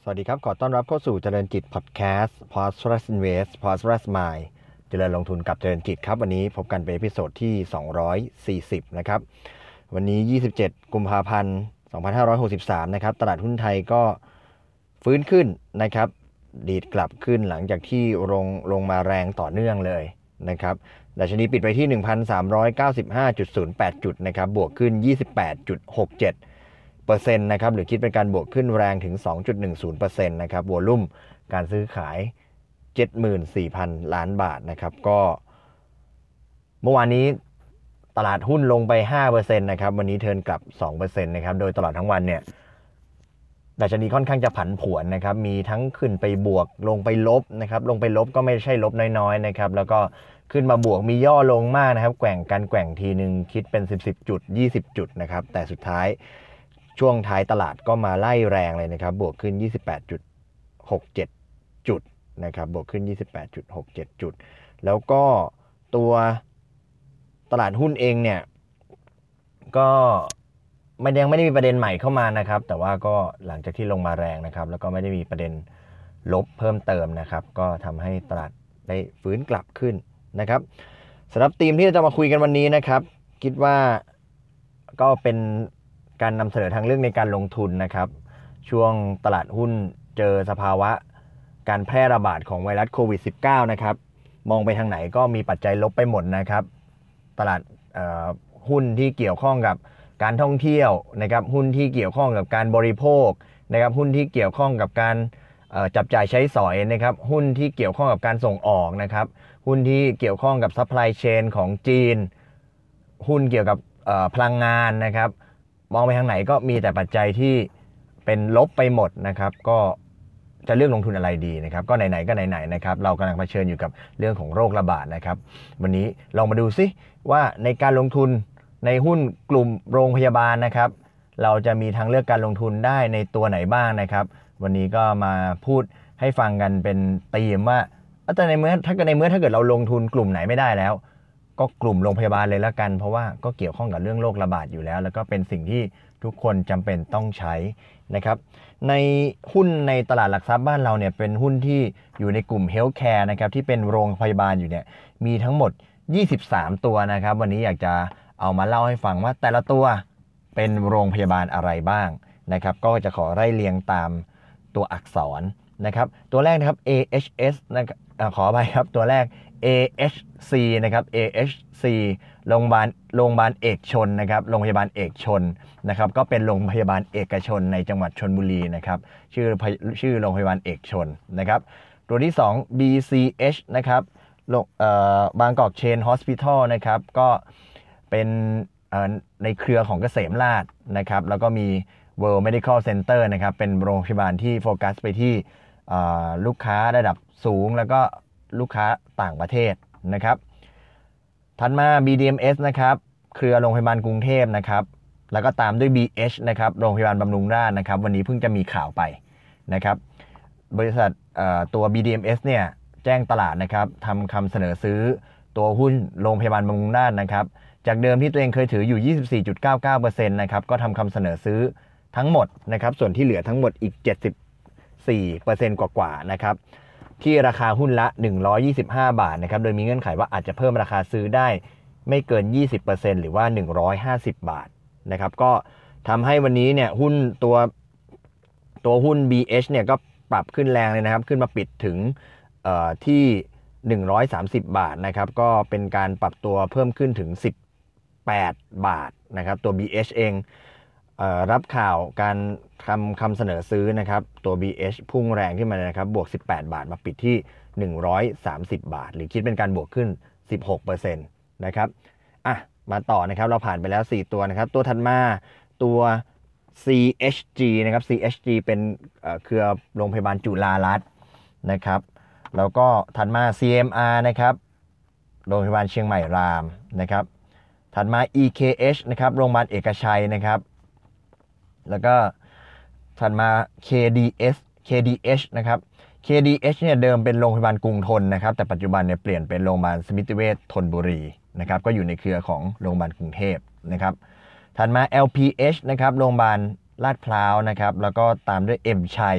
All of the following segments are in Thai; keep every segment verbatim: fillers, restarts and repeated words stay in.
สวัสดีครับขอต้อนรับเข้าสู่เจริญจิตพอดแคสต์ Prosperous Invest Prosperous Mind เจริญลงทุนกับเจริญจิตครับวันนี้พบกันเป็นเอพิโซดที่สองร้อยสี่สิบนะครับวันนี้ยี่สิบเจ็ดกุมภาพันธ์สองพันห้าร้อยหกสิบสามนะครับตลาดหุ้นไทยก็ฟื้นขึ้นนะครับดีดกลับขึ้นหลังจากที่ลงลงมาแรงต่อเนื่องเลยนะครับดัชนีปิดไปที่ หนึ่งพันสามร้อยเก้าสิบห้าจุดศูนย์แปด จุดนะครับบวกขึ้น ยี่สิบแปดจุดหกเจ็ดเปอร์เซ็นต์ นะครับหรือคิดเป็นการบวกขึ้นแรงถึง สองจุดหนึ่งศูนย์เปอร์เซ็นต์ นะครับวอลุ่มการซื้อขาย เจ็ดหมื่นสี่พัน ล้านบาทนะครับก็เมื่อวานนี้ตลาดหุ้นลงไป ห้าเปอร์เซ็นต์ นะครับวันนี้เทิร์นกลับ สองเปอร์เซ็นต์ นะครับโดยตลอดทั้งวันเนี่ยดัชนีค่อนข้างจะผันผวนนะครับมีทั้งขึ้นไปบวกลงไปลบนะครับลงไปลบก็ไม่ใช่ลบน้อยๆนะครับแล้วก็ขึ้นมาบวกมีย่อลงมากนะครับแกว่งกันแกว่งทีนึงคิดเป็นสิบ สิบจุดยี่สิบจุดนะครับแต่สุดท้ายช่วงท้ายตลาดก็มาไล่แรงเลยนะครับบวกขึ้น ยี่สิบแปดจุดหกเจ็ด จุดนะครับบวกขึ้น ยี่สิบแปดจุดหกเจ็ด จุดแล้วก็ตัวตลาดหุ้นเองเนี่ยก็ไม่ยังไม่ได้มีประเด็นใหม่เข้ามานะครับแต่ว่าก็หลังจากที่ลงมาแรงนะครับแล้วก็ไม่ได้มีประเด็นลบเพิ่มเติมนะครับก็ทำให้ตลาดได้ฟื้นกลับขึ้นนะครับสำหรับธีมที่จะมาคุยกันวันนี้นะครับคิดว่าก็เป็นการนำเสนอทางเรื่องในการลงทุนนะครับช่วงตลาดหุ้นเจอสภาวะการแพร่ระบาดของไวรัสโควิด สิบเก้า นะครับมองไปทางไหนก็มีปัจจัยลบไปหมดนะครับตลาดหุ้นที่เกี่ยวข้องกับการท่องเที่ยวนะครับหุ้นที่เกี่ยวข้องกับการบริโภคนะครับหุ้นที่เกี่ยวข้องกับการจับจ่ายใช้สอยนะครับหุ้นที่เกี่ยวข้องกับการส่งออกนะครับหุ้นที่เกี่ยวข้องกับซัพพลายเชนของจีนหุ้นเกี่ยวกับพลังงานนะครับมองไปทางไหนก็มีแต่ปัจจัยที่เป็นลบไปหมดนะครับก็จะเลือกลงทุนอะไรดีนะครับก็ไหนๆก็ไหนๆนะครับเรากำลังเผชิญอยู่กับเรื่องของโรคระบาดนะครับวันนี้ลองมาดูซิว่าในการลงทุนในหุ้นกลุ่มโรงพยาบาลนะครับเราจะมีทางเลือกการลงทุนได้ในตัวไหนบ้างนะครับวันนี้ก็มาพูดให้ฟังกันเป็นธีมว่าแต่ในเมื่อถ้าเกิดในเมื่อถ้าเกิดเราลงทุนกลุ่มไหนไม่ได้แล้วก็กลุ่มโรงพยาบาลเลยละกันเพราะว่าก็เกี่ยวข้องกับเรื่องโรคระบาดอยู่แล้วแล้วก็เป็นสิ่งที่ทุกคนจำเป็นต้องใช้นะครับในหุ้นในตลาดหลักทรัพย์บ้านเราเนี่ยเป็นหุ้นที่อยู่ในกลุ่มเฮลท์แคร์นะครับที่เป็นโรงพยาบาลอยู่เนี่ยมีทั้งหมดยี่สิบสามตัวนะครับวันนี้อยากจะเอามาเล่าให้ฟังว่าแต่ละตัวเป็นโรงพยาบาลอะไรบ้างนะครับก็จะขอไล่เรียงตามตัวอักษรนะครับตัวแรกนะครับ เอ เอช เอส นะครับขอไปครับตัวแรก เอ เอช ซี นะครับ เอ เอช ซี โรงพยาบาลโรงพยาบาลเอกชนนะครับโรงพยาบาลเอกชนนะครับก็เป็นโรงพยาบาลเอกชนในจังหวัดชลบุรีนะครับชื่อชื่อโรงพยาบาลเอกชนนะครับตัวที่สอง บี ซี เอช นะครับบางกอกเชนฮอสพิทอลนะครับก็เป็นในเครือของเกษมราษฎร์นะครับแล้วก็มี World Medical Center นะครับเป็นโรงพยาบาลที่โฟกัสไปที่ลูกค้าระดับสูงแล้วก็ลูกค้าต่างประเทศนะครับถัดมา บี ดี เอ็ม เอส นะครับเครือโรงพยาบาลกรุงเทพนะครับแล้วก็ตามด้วย บี เอช นะครับโรงพยาบาลบำรุงราษฎร์นะครับวันนี้เพิ่งจะมีข่าวไปนะครับบริษัทตัว บี ดี เอ็ม เอส เนี่ยแจ้งตลาดนะครับทำคำเสนอซื้อตัวหุ้นโรงพยาบาลบำรุงราษฎร์นะครับจากเดิมที่ตัวเองเคยถืออยู่ ยี่สิบสี่จุดเก้าเก้าเปอร์เซ็นต์ นะครับก็ทำคำเสนอซื้อทั้งหมดนะครับส่วนที่เหลือทั้งหมดอีก เจ็ดสิบสี่เปอร์เซ็นต์ กว่าๆนะครับที่ราคาหุ้นละหนึ่งร้อยยี่สิบห้าบาทนะครับโดยมีเงื่อนไขว่าอาจจะเพิ่มราคาซื้อได้ไม่เกิน ยี่สิบเปอร์เซ็นต์ หรือว่าหนึ่งร้อยห้าสิบบาทนะครับก็ทำให้วันนี้เนี่ยหุ้นตัวตัวหุ้น บี เอช เนี่ยก็ปรับขึ้นแรงเลยนะครับขึ้นมาปิดถึงเอ่อที่หนึ่งร้อยสามสิบบาทนะครับก็เป็นการปรับตัวเพิ่มขึ้นถึงสิบแปดบาทนะครับตัว บี เอช เองเอ่อรับข่าวการทำคำเสนอซื้อนะครับตัว บี เอช พุ่งแรงขึ้นมาเลยนะครับบวกสิบแปดบาทมาปิดที่หนึ่งร้อยสามสิบบาทหรือคิดเป็นการบวกขึ้น สิบหกเปอร์เซ็นต์ นะครับอ่ะมาต่อนะครับเราผ่านไปแล้วสี่ตัวนะครับตัวถัดมาตัว ซี เอช จี นะครับ ซี เอช จี เป็นเอ่อเครือโรงพยาบาลจุฬารัตน์นะครับแล้วก็ถัดมา ซี เอ็ม อาร์ นะครับโรงพยาบาลเชียงใหม่รามนะครับถัดมา อี เค เอช นะครับโรงพยาบาลเอกชัยนะครับแล้วก็ถัดมา เค ดี เอส เค ดี เอช นะครับ เค ดี เอช เนี่ยเดิมเป็นโรงพยาบาลกรุงธนนะครับแต่ปัจจุบันเนี่ยเปลี่ยนเป็นโรงพยาบาลสมิติเวชธนบุรีนะครับก็อยู่ในเครือของโรงพยาบาลกรุงเทพนะครับถัดมา แอล พี เอช นะครับโรงพยาบาลลาดพร้าวนะครับแล้วก็ตามด้วย เอ็ม ชัย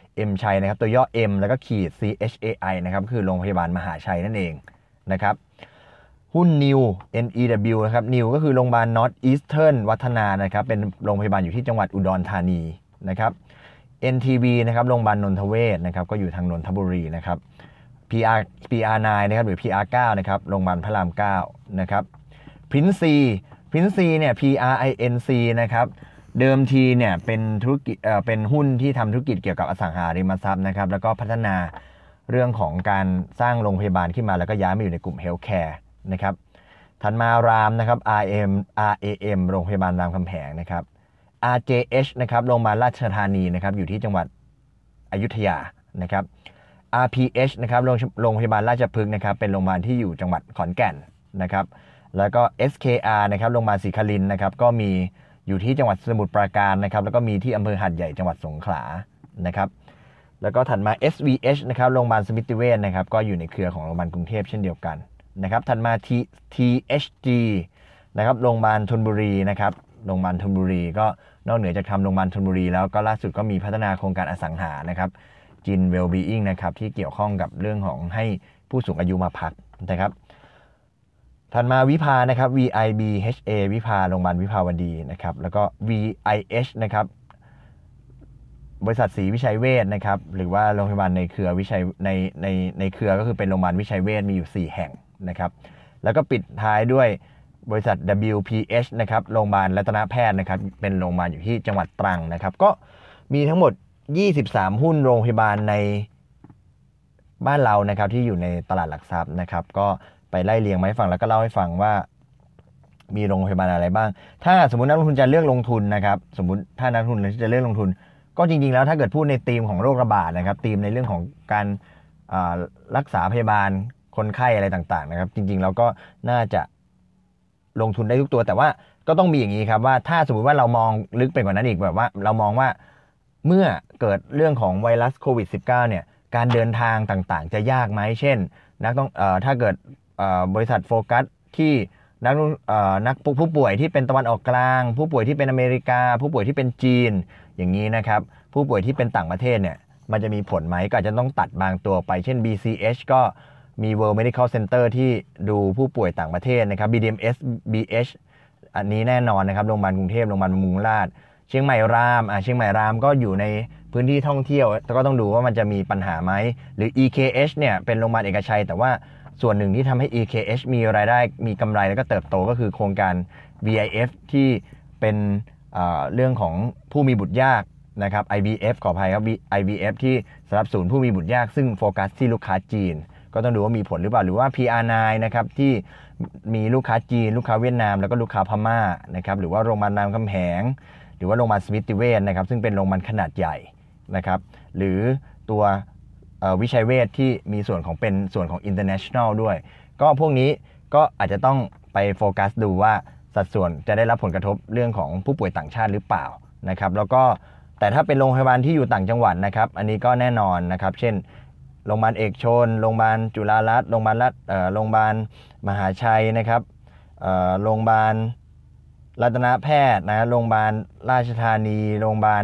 M ชัยนะครับตัวย่อ M แล้วก็ขีด C H A I นะครับคือโรงพยาบาลมหาชัยนั่นเองนะครับหุ้น New เอ็น อี ดับเบิลยู นะครับ New ก็คือโรงพยาบาล North Eastern วัฒนานะครับเป็นโรงพยาบาลอยู่ที่จังหวัดอุดรธานีนะครับ เอ็น ที วี นะครับโรงพยาบาลนนทเวศนะครับก็อยู่ทางนนทบุรีนะครับ พี อาร์ พี อาร์ ไนน์ นะครับหรือ พี อาร์ ไนน์ นะครับโรงพยาบาลพระรามเก้านะครับ Prince C Prince C เนี่ย P R I N C นะครับเดิมทีเนี่ยเป็นธุรกิจเอ่อเป็นหุ้นที่ทำธุรกิจเกี่ยวกับอสังหาริมทรัพย์นะครับแล้วก็พัฒนาเรื่องของการสร้างโรงพยาบาลขึ้นมาแล้วก็ย้ายมาอยู่ในกลุ่ม Healthcare นะครับถัดมารามนะครับ R M R A M โรงพยาบาลรามคำแหงนะครับ อาร์ เจ เอช นะครับโรงพยาบาลราชธานีนะครับอยู่ที่จังหวัดอยุธยานะครับ อาร์ พี เอช นะครับโรงพยาบาลราชพฤกษ์นะครับเป็นโรงพยาบาลที่อยู่จังหวัดขอนแก่นนะครับแล้วก็ เอส เค อาร์ นะครับโรงพยาบาลศรีครินทร์นะครับก็มีอยู่ที่จังหวัดสมุทรปราการนะครับแล้วก็มีที่อำเภอหาดใหญ่จังหวัดสงขลานะครับแล้วก็ถัดมา เอส วี เอช นะครับโรงพยาบาลสมิติเวชนะครับก็อยู่ในเครือของโรงพยาบาลกรุงเทพเช่นเดียวกันนะครับถัดมา ที เอช จี นะครับโรงพยาบาลธนบุรีนะครับโรงพยาบาลธนบุรีก็นอกเหนือจากทำโรงพยาบาลธนบุรีแล้วก็ล่าสุดก็มีพัฒนาโครงการอสังหานะครับจิน Wellbeing นะครับที่เกี่ยวข้องกับเรื่องของให้ผู้สูงอายุมาพักนะครับถัดมาวิภานะครับ วี ไอ บี เอช เอ วิภาโรงพยาบาลวิภาวดีนะครับแล้วก็ วี ไอ เอช นะครับบริษัทศรีวิชัยเวชนะครับหรือว่าโรงพยาบาลในเครือวิชัยในในในเครือก็คือเป็นโรงพยาบาลวิชัยเวชมีอยู่สี่แห่งนะครับแล้วก็ปิดท้ายด้วยบริษัท ดับเบิลยู พี เอช นะครับโรงพยาบาลรัตนแพทย์นะครับเป็นโรงพยาบาลอยู่ที่จังหวัดตรังนะครับก็มีทั้งหมดยี่สิบสามหุ้นโรงพยาบาลในบ้านเรานะครับที่อยู่ในตลาดหลักทรัพย์นะครับก็ไปไล่เรียงมาให้ฟังแล้วก็เล่าให้ฟังว่ามีโรงพยาบาลอะไรบ้างถ้าสมมุตินักลงทุนจะเลือกลงทุนนะครับสมมุติถ้านักลงทุนจะเลือกลงทุนก็จริงๆแล้วถ้าเกิดพูดในธีมของโรคระบาดนะครับธีมในเรื่องของการรักษาพยาบาลคนไข้อะไรต่างๆนะครับจริงๆแล้วก็น่าจะลงทุนได้ทุกตัวแต่ว่าก็ต้องมีอย่างนี้ครับว่าถ้าสมมุติว่าเรามองลึกไปกว่านั้นอีกแบบว่าเรามองว่าเมื่อเกิดเรื่องของไวรัสโควิด สิบเก้า เนี่ยการเดินทางต่างๆจะยากไหมเช่นนักต้องเอ่อถ้าเกิดเอ่อบริษัทโฟกัสที่นักเอ่อนักผู้ป่วยที่เป็นตะวันออกกลางผู้ป่วยที่เป็นอเมริกาผู้ป่วยที่เป็นจีนอย่างนี้นะครับผู้ป่วยที่เป็นต่างประเทศเนี่ยมันจะมีผลไหมก็อาจจะต้องตัดบางตัวไปเช่น บี ซี เอช ก็มี World Medical Center ที่ดูผู้ป่วยต่างประเทศนะครับ บี ดี เอ็ม เอส บี เอช อันนี้แน่นอนนะครับโรงพยาบาลกรุงเทพโรงพยาบาลบำรุงราษฎร์เชียงใหม่รามอ่ะเชียงใหม่รามก็อยู่ในพื้นที่ท่องเที่ยวแต่ก็ต้องดูว่ามันจะมีปัญหาไหมหรือ อี เค เอช เนี่ยเป็นโรงพยาบาลเอกชัยแต่ว่าส่วนหนึ่งที่ทำให้ อี เค เอช มีรายได้มีกำไรแล้วก็เติบโตก็คือโครงการ วี ไอ เอฟ ที่เป็นเอ่อเรื่องของผู้มีบุตรยากนะครับ ไอ วี เอฟ ขออภัยครับ ไอ วี เอฟ ที่สำหรับศูนย์ผู้มีบุตรยากซึ่งโฟกัสที่ลูกค้าจีนก็ต้องดูว่ามีผลหรือเปล่าหรือว่า พี อาร์ ไนน์ นะครับที่มีลูกค้าจีนลูกค้าเวียดนามแล้วก็ลูกค้าพม่านะครับหรือว่าโรงพยาบาลรามคำแหงหรือว่าโรงพยาบาลสมิติเวชนะครับซึ่งเป็นโรงพยาบาลขนาดใหญ่นะครับหรือตัววิชัยเวชที่มีส่วนของเป็นส่วนของ international ด้วยก็พวกนี้ก็อาจจะต้องไปโฟกัสดูว่าสัดส่วนจะได้รับผลกระทบเรื่องของผู้ป่วยต่างชาติหรือเปล่านะครับแล้วก็แต่ถ้าเป็นโรงพยาบาลที่อยู่ต่างจังหวัดนะครับอันนี้ก็แน่นอนนะครับเช่นโรงพยาบาลเอกชนโรงพยาบาลจุฬารัตน์โรงพยาบาลรัฐเอ่อโรงพยาบาลมหาชัยนะครับเอ่อโรงพยาบาลรัตนแพทย์นะโรงพยาบาลราชธานีโรงพยาบาล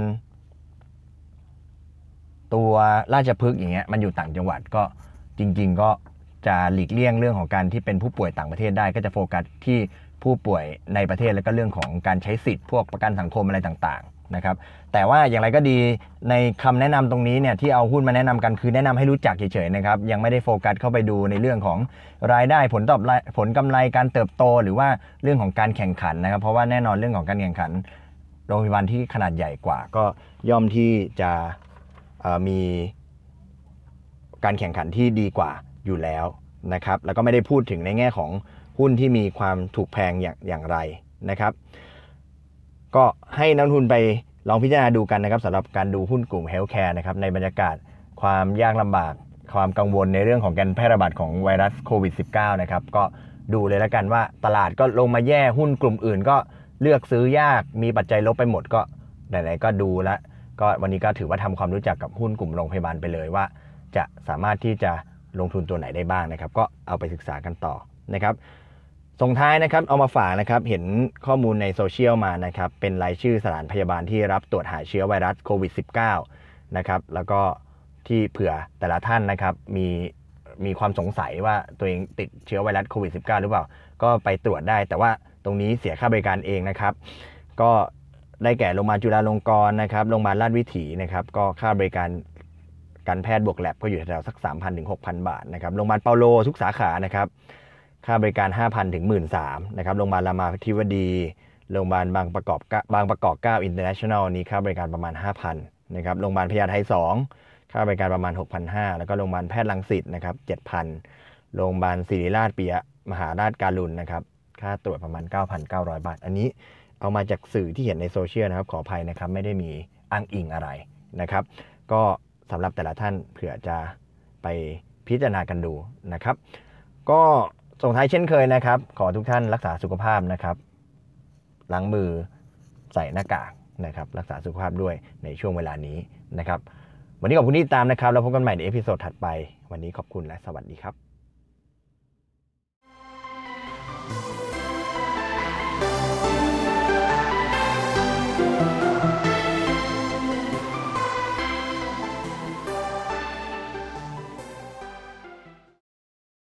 ตัวราชพฤกษ์อย่างเงี้ยมันอยู่ต่างจังหวัดก็จริงๆก็จะหลีกเลี่ยงเรื่องของการที่เป็นผู้ป่วยต่างประเทศได้ก็จะโฟกัสที่ผู้ป่วยในประเทศแล้วก็เรื่องของการใช้สิทธิ์พวกประกันสังคมอะไรต่างๆนะครับแต่ว่าอย่างไรก็ดีในคำแนะนำตรงนี้เนี่ยที่เอาหุ้นมาแนะนำกันคือแนะนำให้รู้จักเฉยๆนะครับยังไม่ได้โฟกัสเข้าไปดูในเรื่องของรายได้ผลตอบผลกำไรการเติบโตหรือว่าเรื่องของการแข่งขันนะครับเพราะว่าแน่นอนเรื่องของการแข่งขันโรงพยาบาลที่ขนาดใหญ่กว่าก็ย่อมที่จะมีการแข่งขันที่ดีกว่าอยู่แล้วนะครับแล้วก็ไม่ได้พูดถึงในแง่ของหุ้นที่มีความถูกแพงอย่างอย่างไรนะครับก็ให้นักลงทุนไปลองพิจารณาดูกันนะครับสำหรับการดูหุ้นกลุ่ม Healthcare นะครับในบรรยากาศความยากลำบากความกังวลในเรื่องของการแพร่ระบาดของไวรัสโควิด สิบเก้า นะครับก็ดูเลยแล้วกันว่าตลาดก็ลงมาแย่หุ้นกลุ่มอื่นก็เลือกซื้อยากมีปัจจัยลบไปหมดก็ไหนๆก็ดูแล้วก็วันนี้ก็ถือว่าทำความรู้จักกับหุ้นกลุ่มโรงพยาบาลไปเลยว่าจะสามารถที่จะลงทุนตัวไหนได้บ้างนะครับก็เอาไปศึกษากันต่อนะครับส่งท้ายนะครับเอามาฝากนะครับเห็นข้อมูลในโซเชียลมานะครับเป็นรายชื่อสถานพยาบาลที่รับตรวจหาเชื้อไวรัสโควิด สิบเก้านะครับแล้วก็ที่เผื่อแต่ละท่านนะครับมีมีความสงสัยว่าตัวเองติดเชื้อไวรัสโควิด สิบเก้า หรือเปล่าก็ไปตรวจได้แต่ว่าตรงนี้เสียค่าบริการเองนะครับก็ได้แก่โรงพยาบาลจุฬาลงกรณ์นะครับโรงพยาบาลราชวิถีนะครับก็ค่าบริการการแพทย์บวกแลบก็อยู่แถวๆสัก สามพัน ถึง หกพัน บาทนะครับโรงพยาบาลเปาโลทุกสาขานะครับค่าบริการ ห้าพัน ถึง หนึ่งหมื่นสามพัน นะครับโรงพยาบาลรามาธิบดีโรงพยาบาลบางประกอบบางประกอบเก้า International นี้ค่าบริการประมาณ ห้าพัน นะครับโรงพยาบาลพญาไทสองค่าบริการประมาณ หกพันห้าร้อย แล้วก็โรงพยาบาลแพทย์รังสิตนะครับ เจ็ดพัน โรงพยาบาลศิริราชปิยมหาราชการุณนะครับค่าตรวจประมาณ เก้าพันเก้าร้อย บาทอันนี้เอามาจากสื่อที่เห็นในโซเชียลนะครับขออภัยนะครับไม่ได้มีอ้างอิงอะไรนะครับก็สำหรับแต่ละท่านเผื่อจะไปพิจารณากันดูนะครับก็ส่งท้ายเช่นเคยนะครับขอทุกท่านรักษาสุขภาพนะครับล้างมือใส่หน้ากากนะครับรักษาสุขภาพด้วยในช่วงเวลานี้นะครับวันนี้ขอบคุณที่ติดตามนะครับแล้วพบกันใหม่ในเอพิโซดถัดไปวันนี้ขอบคุณและสวัสดีครับ